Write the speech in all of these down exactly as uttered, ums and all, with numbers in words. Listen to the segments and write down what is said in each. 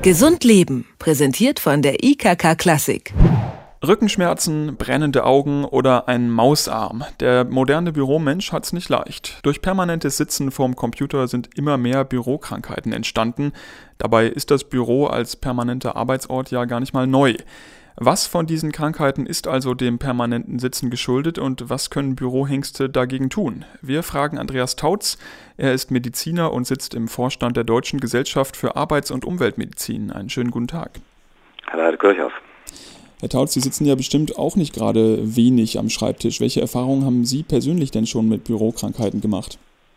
Gesund leben, präsentiert von der I K K Klassik. Rückenschmerzen, brennende Augen oder ein Mausarm. Der moderne Büromensch hat's nicht leicht. Durch permanentes Sitzen vorm Computer sind immer mehr Bürokrankheiten entstanden. Dabei ist das Büro als permanenter Arbeitsort ja gar nicht mal neu. Was von diesen Krankheiten ist also dem permanenten Sitzen geschuldet und was können Bürohengste dagegen tun? Wir fragen Andreas Tautz. Er ist Mediziner und sitzt im Vorstand der Deutschen Gesellschaft für Arbeits- und Umweltmedizin. Einen schönen guten Tag. Hallo, Herr Kirchhoff. Herr Tautz, Sie sitzen ja bestimmt auch nicht gerade wenig am Schreibtisch. Welche Erfahrungen haben Sie persönlich denn schon mit Bürokrankheiten gemacht?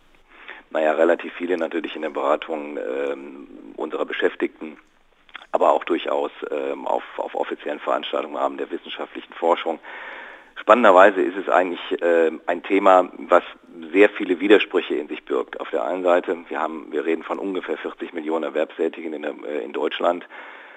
Naja, relativ viele natürlich in der Beratung äh, unserer Beschäftigten, aber auch durchaus ähm, auf, auf offiziellen Veranstaltungen im Rahmen der wissenschaftlichen Forschung. Spannenderweise ist es eigentlich äh, ein Thema, was sehr viele Widersprüche in sich birgt. Auf der einen Seite, wir haben, wir reden von ungefähr vierzig Millionen Erwerbstätigen in, der, äh, in Deutschland.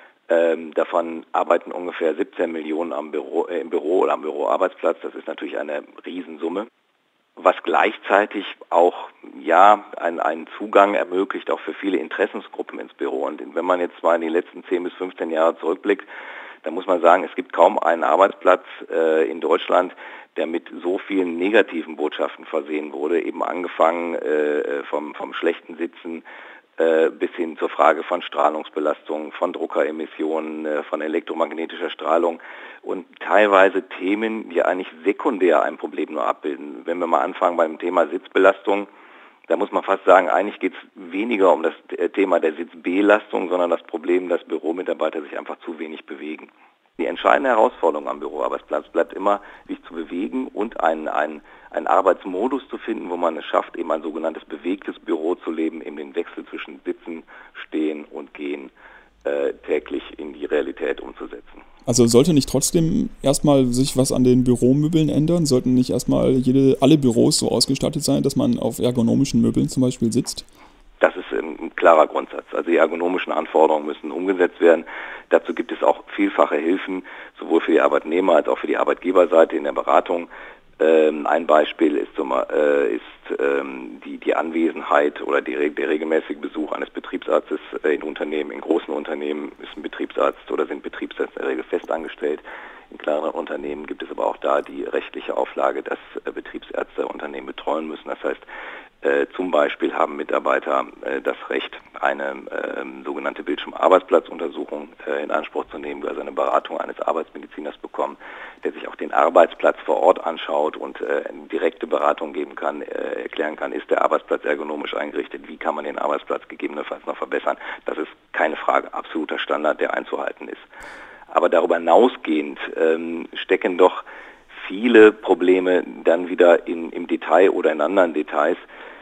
Ähm, davon arbeiten ungefähr siebzehn Millionen am Büro, äh, im Büro oder am Büroarbeitsplatz. Das ist natürlich eine Riesensumme, was gleichzeitig auch ja einen, einen Zugang ermöglicht, auch für viele Interessensgruppen ins Büro. Und wenn man jetzt mal in die letzten zehn bis fünfzehn Jahre zurückblickt, dann muss man sagen, es gibt kaum einen Arbeitsplatz äh, in Deutschland, der mit so vielen negativen Botschaften versehen wurde, eben angefangen äh, vom, vom schlechten Sitzen äh, bis hin zur Frage von Strahlungsbelastung, von Druckeremissionen, äh, von elektromagnetischer Strahlung. Und teilweise Themen, die eigentlich sekundär ein Problem nur abbilden. Wenn wir mal anfangen beim Thema Sitzbelastung, da muss man fast sagen, eigentlich geht es weniger um das Thema der Sitzbelastung, sondern das Problem, dass Büromitarbeiter sich einfach zu wenig bewegen. Die entscheidende Herausforderung am Büroarbeitsplatz bleibt immer, sich zu bewegen und einen, einen, einen Arbeitsmodus zu finden, wo man es schafft, eben ein sogenanntes bewegtes Büro zu leben, eben den Wechsel zwischen Sitzen, Stehen und Gehen äh, täglich in die Realität umzusetzen. Also sollte nicht trotzdem erstmal sich was an den Büromöbeln ändern? Sollten nicht erstmal jede, alle Büros so ausgestattet sein, dass man auf ergonomischen Möbeln zum Beispiel sitzt? Das ist ein klarer Grundsatz. Also die ergonomischen Anforderungen müssen umgesetzt werden. Dazu gibt es auch vielfache Hilfen, sowohl für die Arbeitnehmer als auch für die Arbeitgeberseite in der Beratung. Ähm, ein Beispiel ist, äh, ist ähm, die, die Anwesenheit oder die, der regelmäßige Besuch eines Betriebsarztes äh, in Unternehmen. In großen Unternehmen ist ein Betriebsarzt oder sind Betriebsärzte in der Regel festangestellt. In kleineren Unternehmen gibt es aber auch da die rechtliche Auflage, dass äh, Betriebsärzte Unternehmen betreuen müssen. Das heißt, äh, zum Beispiel haben Mitarbeiter äh, das Recht, eine äh, sogenannte Bildschirmarbeitsplatzuntersuchung äh, in Anspruch zu nehmen, also eine Beratung eines Arbeitsmediziners bekommen, der sich auch den Arbeitsplatz vor Ort anschaut und äh, direkte Beratung geben kann, äh, erklären kann, ist der Arbeitsplatz ergonomisch eingerichtet, wie kann man den Arbeitsplatz gegebenenfalls noch verbessern. Das ist keine Frage, absoluter Standard, der einzuhalten ist. Aber darüber hinausgehend ähm, stecken doch viele Probleme dann wieder in, im Detail oder in anderen Details.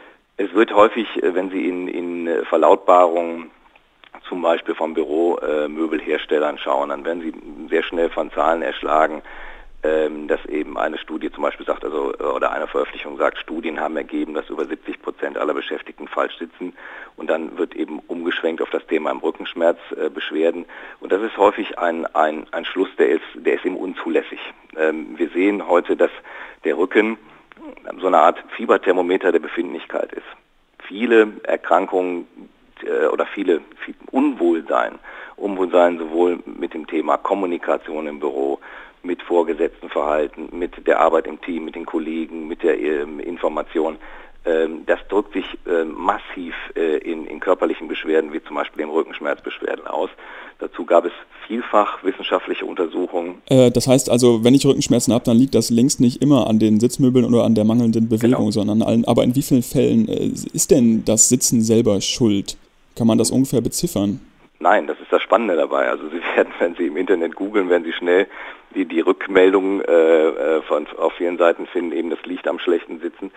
Es wird häufig, wenn Sie in, in Verlautbarungen zum Beispiel von Büromöbelherstellern schauen, dann werden Sie sehr schnell von Zahlen erschlagen, ähm, dass eben eine Studie zum Beispiel sagt, also oder eine Veröffentlichung sagt, Studien haben ergeben, dass über siebzig Prozent aller Beschäftigten falsch sitzen und dann wird eben umgeschwenkt auf das Thema im Rückenschmerz äh, Beschwerden und das ist häufig ein, ein, ein Schluss, der ist, der ist eben unzulässig. Ähm, wir sehen heute, dass der Rücken so eine Art Fieberthermometer der Befindlichkeit ist. Viele Erkrankungen äh, oder viele, viel Unwohlsein, Unwohlsein sowohl mit dem Thema Kommunikation im Büro, mit Vorgesetztenverhalten, mit der Arbeit im Team, mit den Kollegen, mit der ähm, Information. Ähm, das drückt sich äh, massiv äh, in, in körperlichen Beschwerden, wie zum Beispiel den Rückenschmerzbeschwerden aus. Dazu gab es vielfach wissenschaftliche Untersuchungen. Äh, das heißt also, wenn ich Rückenschmerzen habe, dann liegt das längst nicht immer an den Sitzmöbeln oder an der mangelnden Bewegung, genau, sondern an allen. Aber in wie vielen Fällen äh, ist denn das Sitzen selber schuld? Kann man das ungefähr beziffern? Nein, das ist das Spannende dabei. Also Sie werden, wenn Sie im Internet googeln, werden Sie schnell die, die Rückmeldungen äh, von, auf vielen Seiten finden, eben das liegt am schlechten Sitzen.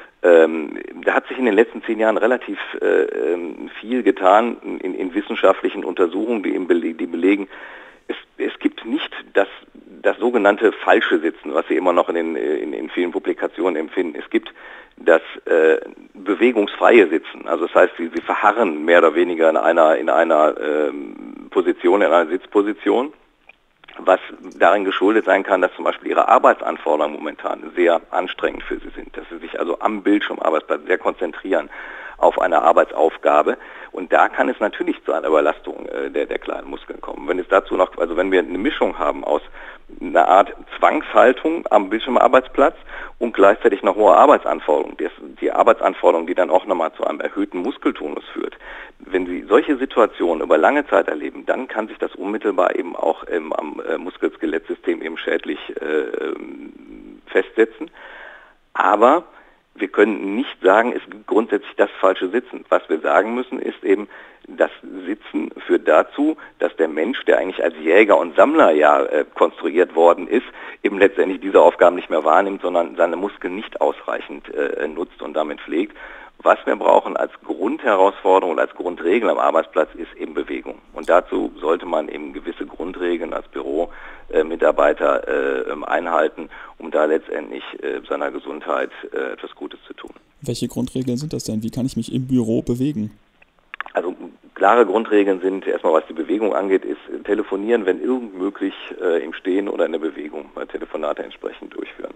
Ähm, da hat sich in den letzten zehn Jahren relativ äh, viel getan in, in wissenschaftlichen Untersuchungen, die, eben beleg, die belegen, es, es gibt nicht das, das sogenannte falsche Sitzen, was Sie immer noch in, den, in, in vielen Publikationen empfinden. Es gibt das äh, bewegungsfreie Sitzen. Also das heißt, sie, sie verharren mehr oder weniger in einer, in einer ähm, Position, in einer Sitzposition. was darin geschuldet sein kann, dass zum Beispiel ihre Arbeitsanforderungen momentan sehr anstrengend für sie sind, dass sie sich also am Bildschirm Arbeitsplatz sehr konzentrieren auf eine Arbeitsaufgabe, und da kann es natürlich zu einer Überlastung äh, der, der kleinen Muskeln kommen. Wenn es dazu noch, also wenn wir eine Mischung haben aus einer Art Zwangshaltung am Bildschirmarbeitsplatz und gleichzeitig eine hohe Arbeitsanforderung, das, die Arbeitsanforderung, die dann auch nochmal zu einem erhöhten Muskeltonus führt. Wenn Sie solche Situationen über lange Zeit erleben, dann kann sich das unmittelbar eben auch ähm, am äh, Muskel-Skelettsystem eben schädlich äh, festsetzen. Aber wir können nicht sagen, es gibt grundsätzlich das falsche Sitzen. Was wir sagen müssen, ist eben, das Sitzen führt dazu, dass der Mensch, der eigentlich als Jäger und Sammler ja äh, konstruiert worden ist, eben letztendlich diese Aufgaben nicht mehr wahrnimmt, sondern seine Muskeln nicht ausreichend äh, nutzt und damit pflegt. Was wir brauchen als Grundherausforderung und als Grundregel am Arbeitsplatz ist eben Bewegung. Und dazu sollte man eben gewisse Grundregeln als Büromitarbeiter äh, einhalten, um da letztendlich äh, seiner Gesundheit äh, etwas Gutes zu tun. Welche Grundregeln sind das denn? Wie kann ich mich im Büro bewegen? Also klare Grundregeln sind erstmal, was die Bewegung angeht, ist telefonieren, wenn irgend möglich, äh, im Stehen oder in der Bewegung, äh, Telefonate entsprechend durchführen.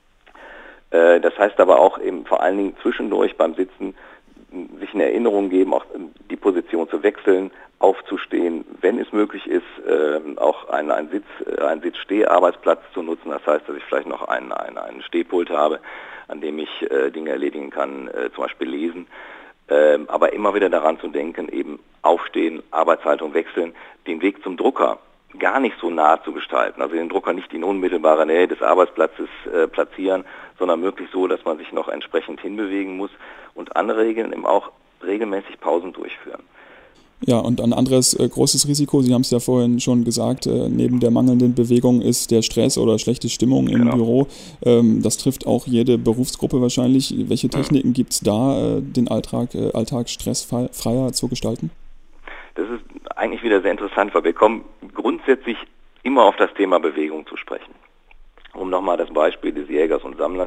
Äh, das heißt aber auch eben vor allen Dingen zwischendurch beim Sitzen sich eine Erinnerung geben, auch die Position zu wechseln, aufzustehen, wenn es möglich ist, äh, auch einen, einen Sitz, äh, einen Sitz-Steh-Arbeitsplatz zu nutzen. Das heißt, dass ich vielleicht noch einen, einen, einen Stehpult habe, an dem ich äh, Dinge erledigen kann, äh, zum Beispiel lesen. Äh, aber immer wieder daran zu denken, eben aufstehen, Arbeitshaltung wechseln, den Weg zum Drucker gar nicht so nah zu gestalten. Also den Drucker nicht in unmittelbarer Nähe des Arbeitsplatzes äh, platzieren, sondern möglichst so, dass man sich noch entsprechend hinbewegen muss, und andere Regeln eben auch regelmäßig Pausen durchführen. Ja, und ein anderes äh, großes Risiko, Sie haben es ja vorhin schon gesagt, äh, neben der mangelnden Bewegung ist der Stress oder schlechte Stimmung im Genau. Büro. Ähm, das trifft auch jede Berufsgruppe wahrscheinlich. Welche Techniken mhm. gibt es da, äh, den Alltag, äh, Alltag stressfreier zu gestalten? Das ist eigentlich wieder sehr interessant, weil wir kommen grundsätzlich immer auf das Thema Bewegung zu sprechen. Um nochmal das Beispiel des Jägers und Sammlers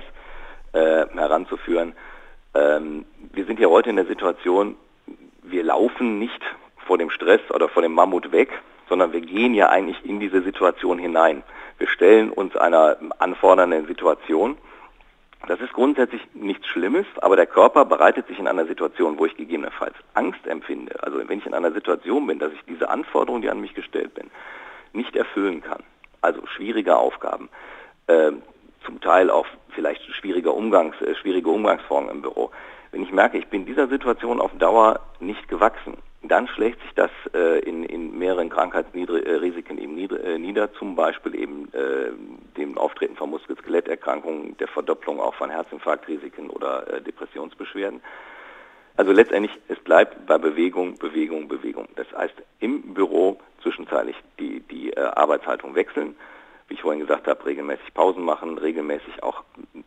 äh, heranzuführen. Ähm, wir sind ja heute in der Situation, wir laufen nicht vor dem Stress oder vor dem Mammut weg, sondern wir gehen ja eigentlich in diese Situation hinein. Wir stellen uns einer anfordernden Situation. Das ist grundsätzlich nichts Schlimmes, aber der Körper bereitet sich in einer Situation, wo ich gegebenenfalls Angst empfinde, also wenn ich in einer Situation bin, dass ich diese Anforderungen, die an mich gestellt bin, nicht erfüllen kann, also schwierige Aufgaben, äh, zum Teil auch vielleicht schwierige, Umgangs, äh, schwierige Umgangsformen im Büro. Wenn ich merke, ich bin dieser Situation auf Dauer nicht gewachsen, dann schlägt sich das äh, in, in mehreren Krankheitsrisiken eben nieder, äh, nieder, zum Beispiel eben äh, dem Auftreten von Muskel-Skeletterkrankungen, der Verdopplung auch von Herzinfarktrisiken oder äh, Depressionsbeschwerden. Also letztendlich, es bleibt bei Bewegung, Bewegung, Bewegung. Das heißt, im Büro zwischenzeitlich die, die äh, Arbeitshaltung wechseln, wie ich vorhin gesagt habe, regelmäßig Pausen machen, regelmäßig auch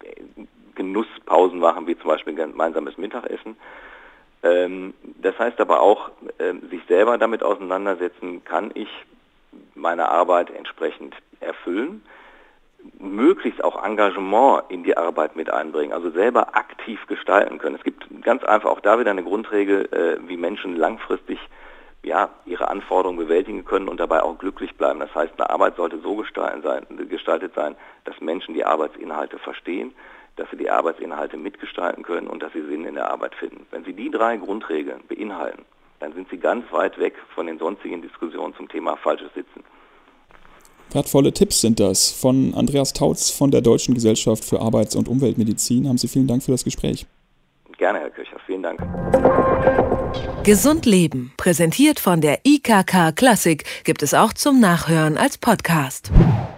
Genusspausen machen, wie zum Beispiel gemeinsames Mittagessen. Ähm, das heißt aber auch, äh, sich selber damit auseinandersetzen, kann ich meine Arbeit entsprechend erfüllen, möglichst auch Engagement in die Arbeit mit einbringen, also selber aktiv gestalten können. Es gibt ganz einfach auch da wieder eine Grundregel, äh, wie Menschen langfristig ja, ihre Anforderungen bewältigen können und dabei auch glücklich bleiben. Das heißt, eine Arbeit sollte so gestalten sein, gestaltet sein, dass Menschen die Arbeitsinhalte verstehen, dass sie die Arbeitsinhalte mitgestalten können und dass sie Sinn in der Arbeit finden. Wenn Sie die drei Grundregeln beinhalten, dann sind Sie ganz weit weg von den sonstigen Diskussionen zum Thema falsches Sitzen. Wertvolle Tipps sind das. Von Andreas Tautz von der Deutschen Gesellschaft für Arbeits- und Umweltmedizin. Haben Sie vielen Dank für das Gespräch. Gerne, Herr Kirchhoff. Vielen Dank. Gesund Leben, präsentiert von der I K K Klassik, gibt es auch zum Nachhören als Podcast.